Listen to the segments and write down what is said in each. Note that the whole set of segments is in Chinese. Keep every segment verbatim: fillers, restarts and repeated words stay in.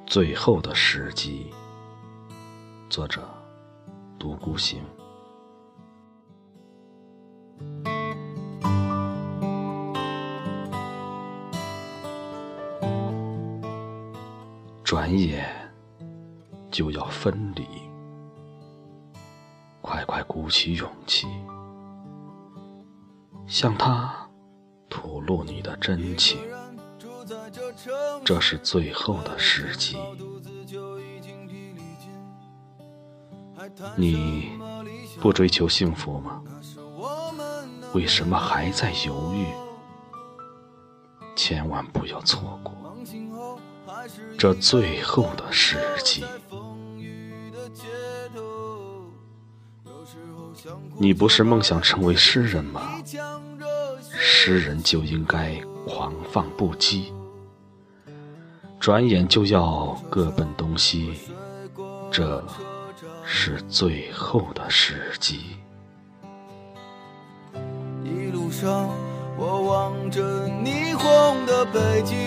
最后的时机。作者独孤行。转眼就要分离，快快鼓起勇气，向他吐露你的真情。这是最后的时机。你不追求幸福吗？为什么还在犹豫？千万不要错过这最后的时机。你不是梦想成为诗人吗？诗人就应该狂放不羁，转眼就要各奔东西，这是最后的时机。 一路上我望着霓虹的北极，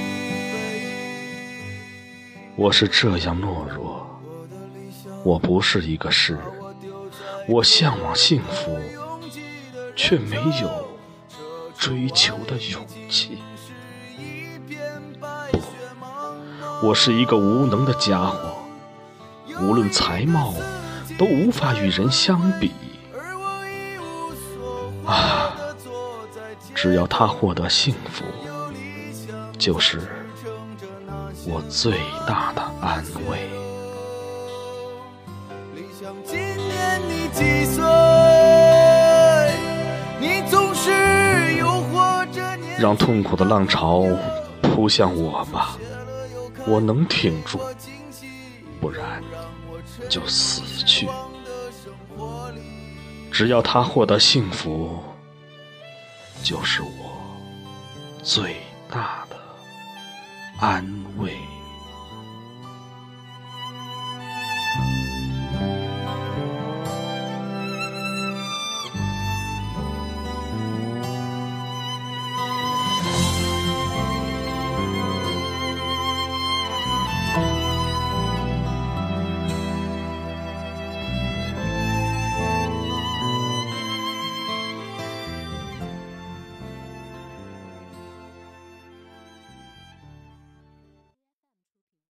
我是这样懦弱，我不是一个诗人，我向往幸福，却没有追求的勇气。不，我是一个无能的家伙，无论才貌都无法与人相比。啊，只要他获得幸福，就是我最大的安慰。 今年你几岁？你总是诱惑着年， 让痛苦的浪潮扑向我吧，我能挺住，不然就死去。只要他获得幸福，就是我最大的安慰。